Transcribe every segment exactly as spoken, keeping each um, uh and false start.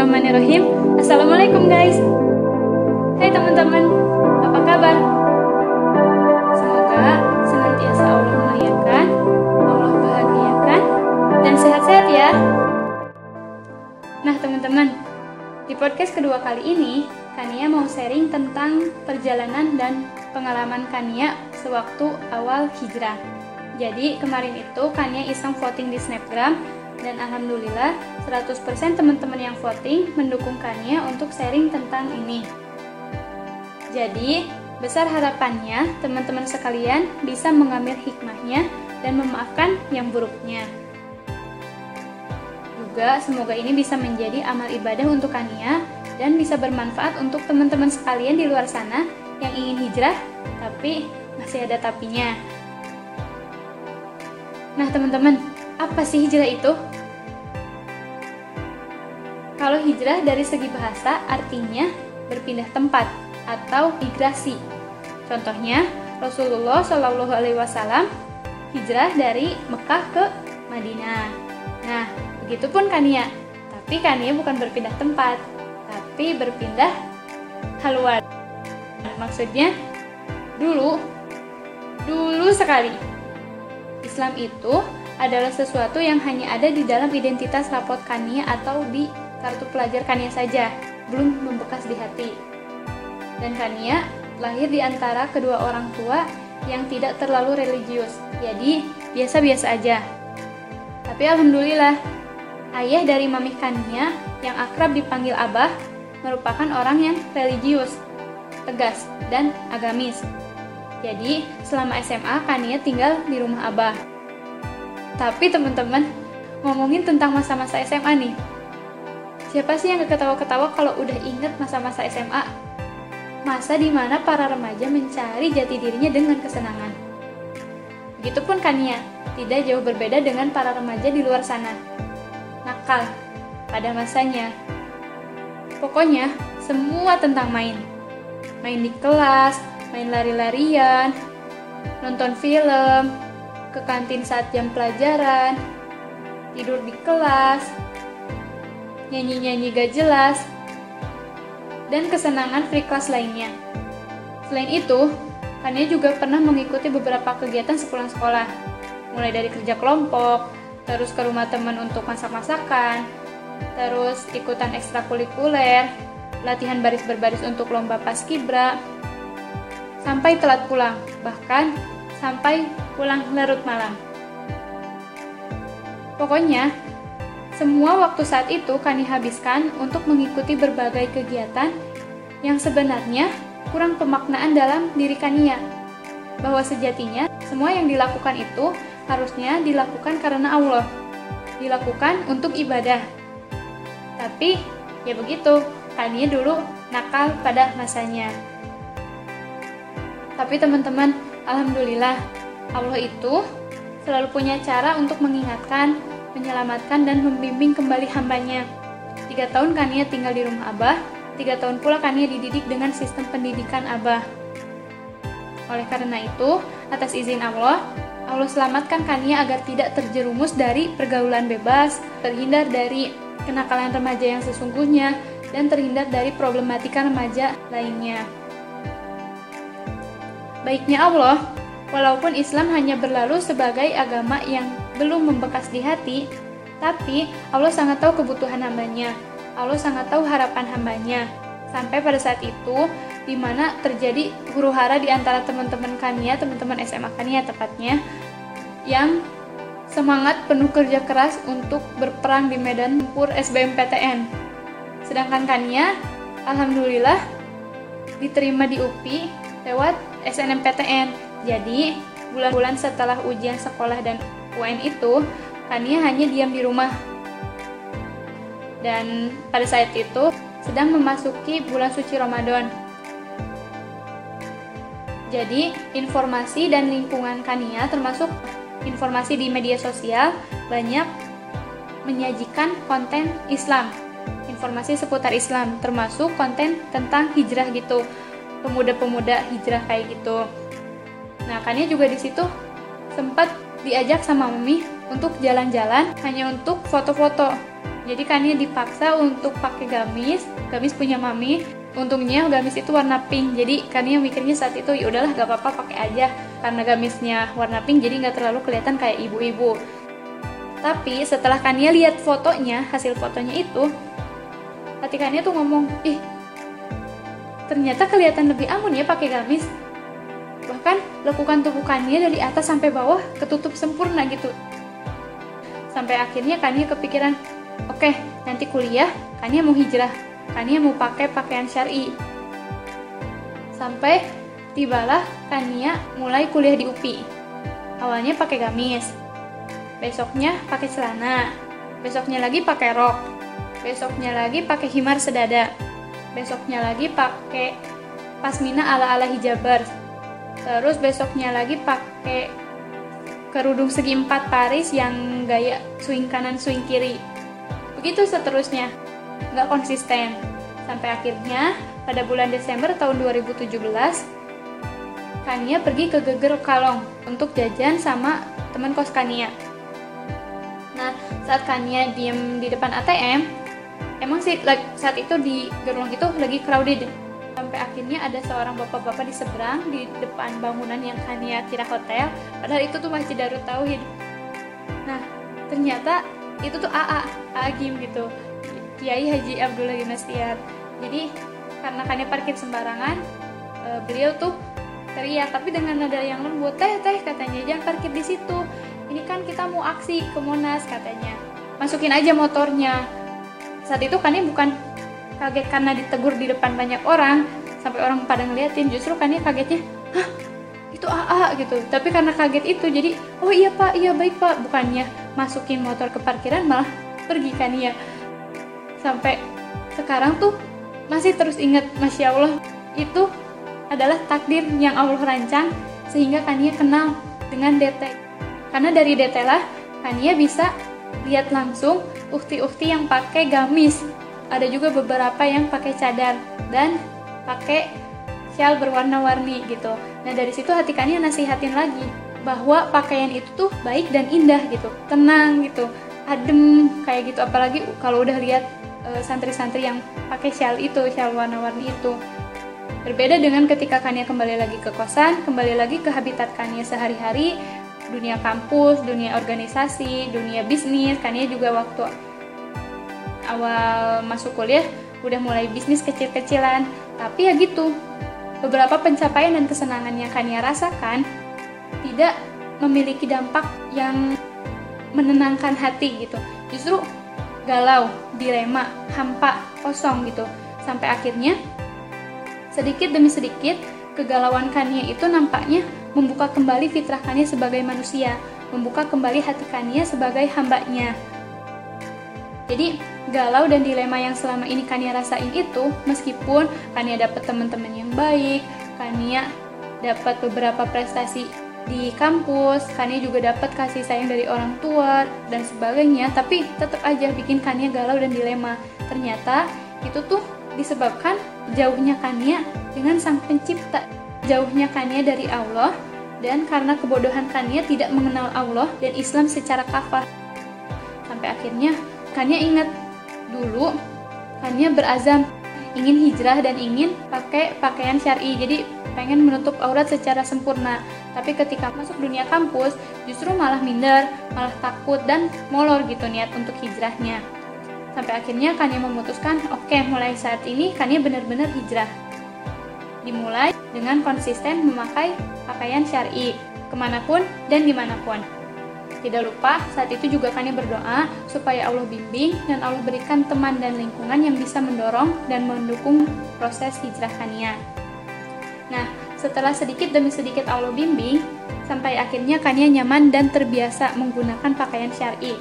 Bismillahirrahmanirrahim. Assalamualaikum guys. Hai teman-teman, apa kabar? Semoga senantiasa Allah muliakan, Allah bahagiakan, dan sehat-sehat ya. Nah teman-teman, di podcast kedua kali ini, Kania mau sharing tentang perjalanan dan pengalaman Kania sewaktu awal hijrah. Jadi kemarin itu Kania iseng voting di Snapgram, dan alhamdulillah seratus persen teman-teman yang voting mendukung Kania untuk sharing tentang ini. Jadi besar harapannya teman-teman sekalian bisa mengambil hikmahnya dan memaafkan yang buruknya. Juga semoga ini bisa menjadi amal ibadah untuk Kania dan bisa bermanfaat untuk teman-teman sekalian di luar sana yang ingin hijrah tapi masih ada tapinya. Nah teman-teman, apa sih hijrah itu? Kalau hijrah dari segi bahasa artinya berpindah tempat atau migrasi. Contohnya Rasulullah shallallahu alaihi wasallam hijrah dari Mekah ke Madinah. Nah, begitupun Kania. Tapi Kania bukan berpindah tempat, tapi berpindah haluan. Maksudnya dulu, dulu sekali Islam itu adalah sesuatu yang hanya ada di dalam identitas rapot Kania atau di kartu pelajar Kania saja, belum membekas di hati. Dan Kania lahir di antara kedua orang tua yang tidak terlalu religius, jadi biasa-biasa aja. Tapi alhamdulillah, ayah dari mami Kania yang akrab dipanggil Abah merupakan orang yang religius, tegas, dan agamis. Jadi selama S M A Kania tinggal di rumah Abah. Tapi teman-teman, ngomongin tentang masa-masa S M A nih, siapa sih yang gak ketawa-ketawa kalau udah inget masa-masa S M A? Masa dimana para remaja mencari jati dirinya dengan kesenangan. Begitupun Kania, tidak jauh berbeda dengan para remaja di luar sana. Nakal pada masanya. Pokoknya semua tentang main. Main di kelas, main lari-larian, nonton film, ke kantin saat jam pelajaran, tidur di kelas, nyanyi-nyanyi gak jelas, dan kesenangan free class lainnya. Selain itu, Kania juga pernah mengikuti beberapa kegiatan sepulang sekolah, mulai dari kerja kelompok, terus ke rumah teman untuk masak-masakan, terus ikutan ekstrakurikuler, latihan baris berbaris untuk lomba paskibra, sampai telat pulang, bahkan sampai pulang larut malam. Pokoknya, semua waktu saat itu Kania habiskan untuk mengikuti berbagai kegiatan yang sebenarnya kurang pemaknaan dalam diri Kania. Bahwa sejatinya, semua yang dilakukan itu harusnya dilakukan karena Allah, dilakukan untuk ibadah. Tapi, ya begitu, Kania dulu nakal pada masanya. Tapi teman-teman, alhamdulillah, Allah itu selalu punya cara untuk mengingatkan, menyelamatkan, dan membimbing kembali hambanya. Tiga tahun Kania tinggal di rumah Abah, tiga tahun pula Kania dididik dengan sistem pendidikan Abah. Oleh karena itu, atas izin Allah, Allah selamatkan Kania agar tidak terjerumus dari pergaulan bebas, terhindar dari kenakalan remaja yang sesungguhnya, dan terhindar dari problematika remaja lainnya. Baiknya Allah, walaupun Islam hanya berlalu sebagai agama yang belum membekas di hati, tapi Allah sangat tahu kebutuhan hambanya. Allah sangat tahu harapan hambanya. Sampai pada saat itu, di mana terjadi huru-hara di antara teman-teman Kania, teman-teman S M A Kania tepatnya, yang semangat penuh kerja keras untuk berperang di medan tempur S B M P T N. Sedangkan Kania, alhamdulillah, diterima di U P I lewat S N M P T N. Jadi, bulan-bulan setelah ujian sekolah dan U N itu, Kania hanya diam di rumah. Dan pada saat itu, sedang memasuki bulan suci Ramadan. Jadi, informasi dan lingkungan Kania, termasuk informasi di media sosial, banyak menyajikan konten Islam. Informasi seputar Islam, termasuk konten tentang hijrah gitu. Pemuda-pemuda hijrah kayak gitu. Nah, Kania juga di situ sempat diajak sama Mami untuk jalan-jalan hanya untuk foto-foto. Jadi Kania dipaksa untuk pakai gamis, gamis punya mami. Untungnya gamis itu warna pink, jadi Kania mikirnya saat itu ya udahlah gak apa-apa pakai aja karena gamisnya warna pink, jadi nggak terlalu kelihatan kayak ibu-ibu. Tapi setelah Kania lihat fotonya, hasil fotonya itu, hati Kania tuh ngomong, ih ternyata kelihatan lebih aman ya pakai gamis. Bahkan lekukan tubuh Kania dari atas sampai bawah ketutup sempurna gitu. Sampai akhirnya Kania kepikiran, oke, okay, nanti kuliah Kania mau hijrah, Kania mau pakai pakaian syar'i. Sampai tibalah Kania mulai kuliah di U P I. Awalnya pakai gamis, besoknya pakai celana, besoknya lagi pakai rok, besoknya lagi pakai himar sedada, besoknya lagi pakai pasmina ala-ala hijabers, terus besoknya lagi pakai kerudung segi empat Paris yang gaya swing kanan swing kiri. Begitu seterusnya, nggak konsisten. Sampai akhirnya pada bulan Desember tahun dua ribu tujuh belas, Kania pergi ke Geger Kalong untuk jajan sama teman kos Kania. Nah, saat Kania diem di depan A T M, emang sih saat itu di gerbang itu lagi crowded. Sampai akhirnya ada seorang bapak-bapak di seberang di depan bangunan yang Kania kira hotel, padahal itu tuh Masjid Darut Tauhid. Nah, ternyata itu tuh A A, A A Gim gitu, Kiai Haji Abdullah Gimnastiar. Jadi karena Kania parkir sembarangan, e, beliau tuh teriak tapi dengan nada yang lembut, teh teh katanya, jangan parkir di situ. Ini kan kita mau aksi ke Monas katanya. Masukin aja motornya. Saat itu Kania bukan kaget karena ditegur di depan banyak orang sampai orang pada ngeliatin, justru Kania kagetnya, hah itu A A gitu. Tapi karena kaget itu jadi, oh iya pak, iya baik pak, bukannya masukin motor ke parkiran malah pergi Kania. Sampai sekarang tuh masih terus ingat, Masya Allah, itu adalah takdir yang Allah rancang sehingga Kania kenal dengan D T. Karena dari D T lah Kania bisa lihat langsung ukti-ukti yang pakai gamis. Ada juga beberapa yang pakai cadar dan pakai syal berwarna-warni gitu. Nah dari situ hati Kania nasihatin lagi bahwa pakaian itu tuh baik dan indah gitu, tenang gitu, adem kayak gitu. Apalagi kalau udah lihat e, santri-santri yang pakai syal itu, syal warna-warni itu. Berbeda dengan ketika Kania kembali lagi ke kosan, kembali lagi ke habitat Kania sehari-hari, dunia kampus, dunia organisasi, dunia bisnis. Kania juga waktu awal masuk kuliah udah mulai bisnis kecil-kecilan. Tapi ya gitu, beberapa pencapaian dan kesenangan yang Kania rasakan tidak memiliki dampak yang menenangkan hati gitu. Justru galau, dilema, hampa, kosong gitu. Sampai akhirnya sedikit demi sedikit kegalauan Kania itu nampaknya membuka kembali fitrah Kania sebagai manusia, membuka kembali hati Kania sebagai hambanya. Jadi galau dan dilema yang selama ini Kania rasain itu, meskipun Kania dapat teman-teman yang baik, Kania dapat beberapa prestasi di kampus, Kania juga dapat kasih sayang dari orang tua dan sebagainya, tapi tetap aja bikin Kania galau dan dilema. Ternyata itu tuh disebabkan jauhnya Kania dengan Sang Pencipta, jauhnya Kania dari Allah, dan karena kebodohan Kania tidak mengenal Allah dan Islam secara kafah. Sampai akhirnya Kania ingat dulu Kania berazam ingin hijrah dan ingin pakai pakaian syar'i, jadi pengen menutup aurat secara sempurna. Tapi ketika masuk dunia kampus justru malah minder, malah takut dan molor gitu niat untuk hijrahnya. Sampai akhirnya Kania memutuskan, oke okay, mulai saat ini Kania benar-benar hijrah. Dimulai dengan konsisten memakai pakaian syar'i kemanapun dan dimanapun. Tidak lupa saat itu juga Kania berdoa supaya Allah bimbing dan Allah berikan teman dan lingkungan yang bisa mendorong dan mendukung proses hijrah Kania. Nah, setelah sedikit demi sedikit Allah bimbing, sampai akhirnya Kania nyaman dan terbiasa menggunakan pakaian syar'i.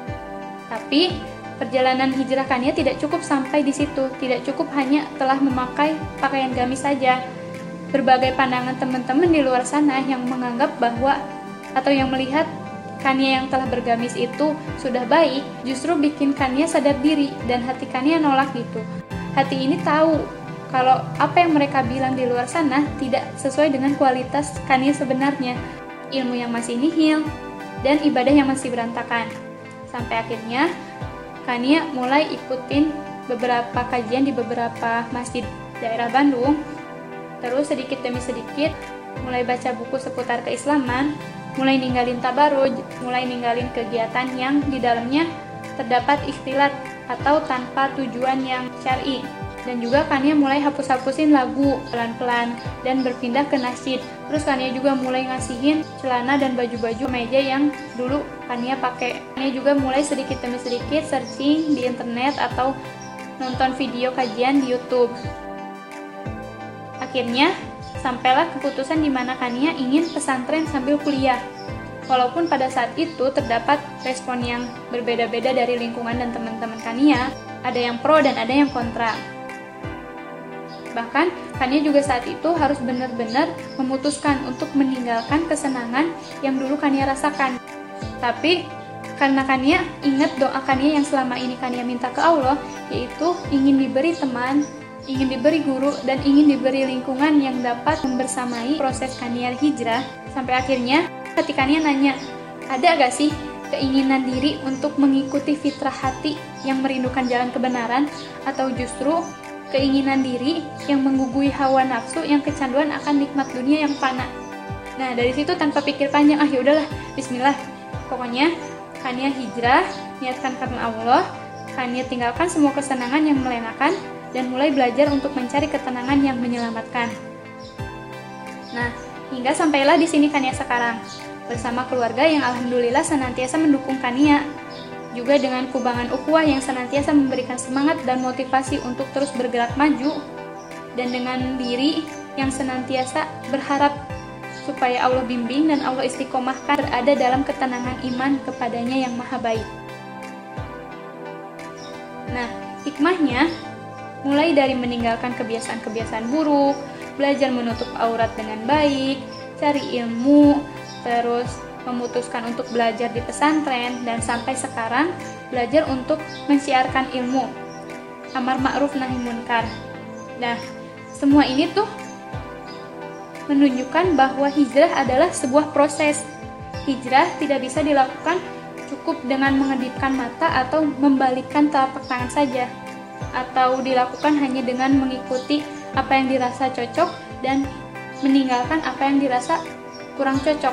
Tapi perjalanan hijrah Kania tidak cukup sampai di situ, tidak cukup hanya telah memakai pakaian gamis saja. Berbagai pandangan teman-teman di luar sana yang menganggap bahwa atau yang melihat Kania yang telah bergamis itu sudah baik, justru bikin Kania sadar diri dan hati Kania nolak gitu. Hati ini tahu kalau apa yang mereka bilang di luar sana tidak sesuai dengan kualitas Kania sebenarnya, ilmu yang masih nihil dan ibadah yang masih berantakan. Sampai akhirnya Kania mulai ikutin beberapa kajian di beberapa masjid daerah Bandung. Terus sedikit demi sedikit mulai baca buku seputar keislaman, mulai ninggalin tabaruj, mulai ninggalin kegiatan yang di dalamnya terdapat ikhtilat atau tanpa tujuan yang syar'i. Dan juga Kania mulai hapus-hapusin lagu pelan-pelan dan berpindah ke nasyid. Terus Kania juga mulai ngasihin celana dan baju-baju meja yang dulu Kania pakai. Kania juga mulai sedikit demi sedikit searching di internet atau nonton video kajian di YouTube. Akhirnya sampailah keputusan di mana Kania ingin pesantren sambil kuliah. Walaupun pada saat itu terdapat respon yang berbeda-beda dari lingkungan dan teman-teman Kania, ada yang pro dan ada yang kontra. Bahkan Kania juga saat itu harus benar-benar memutuskan untuk meninggalkan kesenangan yang dulu Kania rasakan. Tapi karena Kania ingat doa Kania yang selama ini Kania minta ke Allah, yaitu ingin diberi teman, ingin diberi guru, dan ingin diberi lingkungan yang dapat membersamai proses Kania hijrah. Sampai akhirnya hati Kania nanya, ada gak sih keinginan diri untuk mengikuti fitrah hati yang merindukan jalan kebenaran, atau justru keinginan diri yang menggugui hawa nafsu yang kecanduan akan nikmat dunia yang fana. Nah, dari situ tanpa pikir panjang, ah yaudahlah, bismillah. Pokoknya Kania hijrah, niatkan karena Allah. Kania tinggalkan semua kesenangan yang melenakan dan mulai belajar untuk mencari ketenangan yang menyelamatkan. Nah, hingga sampailah di sini Kania sekarang, bersama keluarga yang alhamdulillah senantiasa mendukung Kania, juga dengan kubangan ukhuwah yang senantiasa memberikan semangat dan motivasi untuk terus bergerak maju, dan dengan diri yang senantiasa berharap supaya Allah bimbing dan Allah istiqomahkan berada dalam ketenangan iman kepadanya yang maha baik. Nah, hikmahnya mulai dari meninggalkan kebiasaan-kebiasaan buruk, belajar menutup aurat dengan baik, cari ilmu, terus memutuskan untuk belajar di pesantren, dan sampai sekarang belajar untuk mensiarkan ilmu, amar ma'ruf nahi munkar. Nah, semua ini tuh menunjukkan bahwa hijrah adalah sebuah proses. Hijrah tidak bisa dilakukan cukup dengan mengedipkan mata atau membalikkan telapak tangan saja, atau dilakukan hanya dengan mengikuti apa yang dirasa cocok dan meninggalkan apa yang dirasa kurang cocok.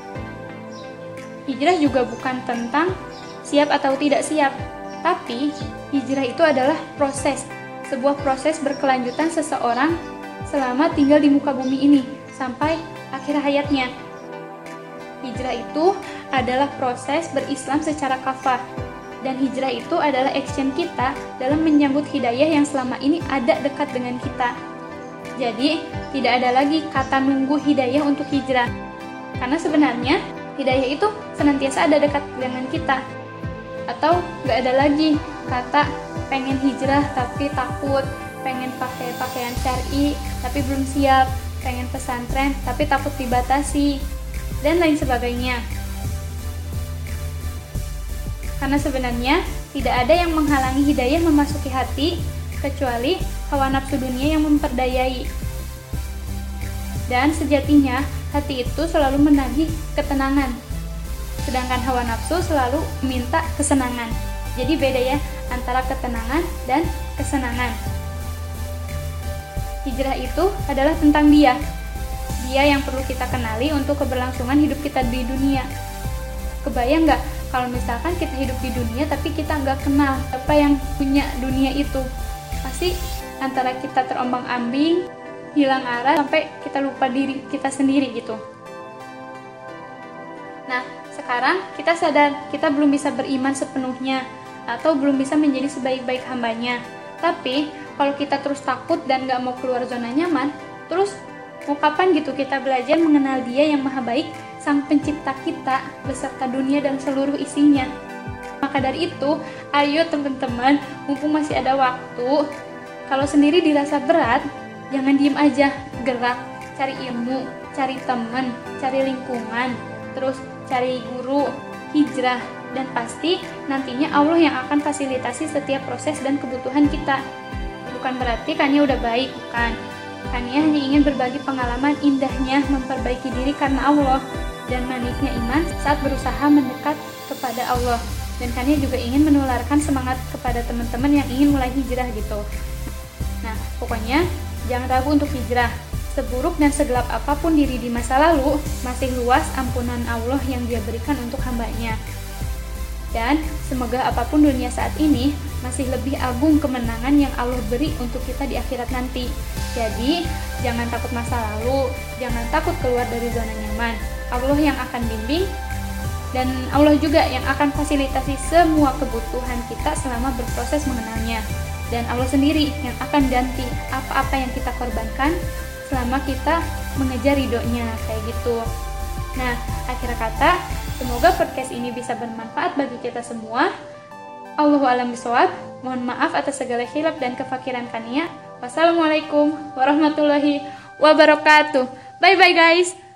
Hijrah juga bukan tentang siap atau tidak siap, tapi hijrah itu adalah proses, sebuah proses berkelanjutan seseorang selama tinggal di muka bumi ini sampai akhir hayatnya. Hijrah itu adalah proses berislam secara kafah, dan hijrah itu adalah action kita dalam menyambut hidayah yang selama ini ada dekat dengan kita. Jadi, tidak ada lagi kata nunggu hidayah untuk hijrah, karena sebenarnya hidayah itu senantiasa ada dekat dengan kita. Atau gak ada lagi kata pengen hijrah tapi takut, pengen pakai pakaian syar'i tapi belum siap, pengen pesantren tapi takut dibatasi, dan lain sebagainya. Karena sebenarnya tidak ada yang menghalangi hidayah memasuki hati kecuali hawa nafsu dunia yang memperdayai. Dan sejatinya hati itu selalu menagih ketenangan, sedangkan hawa nafsu selalu minta kesenangan. Jadi beda ya antara ketenangan dan kesenangan. Hijrah itu adalah tentang dia. Dia yang perlu kita kenali untuk keberlangsungan hidup kita di dunia. Kebayang nggak kalau misalkan kita hidup di dunia tapi kita nggak kenal apa yang punya dunia itu? Pasti antara kita terombang-ambing, hilang arah, sampai kita lupa diri kita sendiri gitu. Nah, sekarang kita sadar kita belum bisa beriman sepenuhnya atau belum bisa menjadi sebaik-baik hambanya. Tapi kalau kita terus takut dan gak mau keluar zona nyaman, terus mau kapan gitu kita belajar mengenal Dia yang maha baik, sang pencipta kita beserta dunia dan seluruh isinya. Maka dari itu, ayo teman-teman, mumpung masih ada waktu, kalau sendiri dirasa berat, jangan diem aja, gerak, cari ilmu, cari teman, cari lingkungan, terus cari guru, hijrah, dan pasti nantinya Allah yang akan fasilitasi setiap proses dan kebutuhan kita. Bukan berarti Kania udah baik, bukan. Kania hanya ingin berbagi pengalaman indahnya memperbaiki diri karena Allah dan manisnya iman saat berusaha mendekat kepada Allah. dan Kania juga ingin menularkan semangat kepada teman-teman yang ingin mulai hijrah gitu. Nah, pokoknya jangan ragu untuk hijrah. Seburuk dan segelap apapun diri di masa lalu, masih luas ampunan Allah yang Dia berikan untuk hambanya. Dan semoga apapun dunia saat ini, masih lebih agung kemenangan yang Allah beri untuk kita di akhirat nanti. Jadi, jangan takut masa lalu, jangan takut keluar dari zona nyaman. Allah yang akan bimbing, dan Allah juga yang akan fasilitasi semua kebutuhan kita selama berproses mengenalnya. Dan Allah sendiri yang akan ganti apa-apa yang kita korbankan selama kita mengejar ridhonya, kayak gitu. Nah, akhir kata, semoga podcast ini bisa bermanfaat bagi kita semua. Allahu a'lam bishawab. Mohon maaf atas segala khilaf dan kefakiran Kania. Wassalamualaikum warahmatullahi wabarakatuh. Bye bye guys.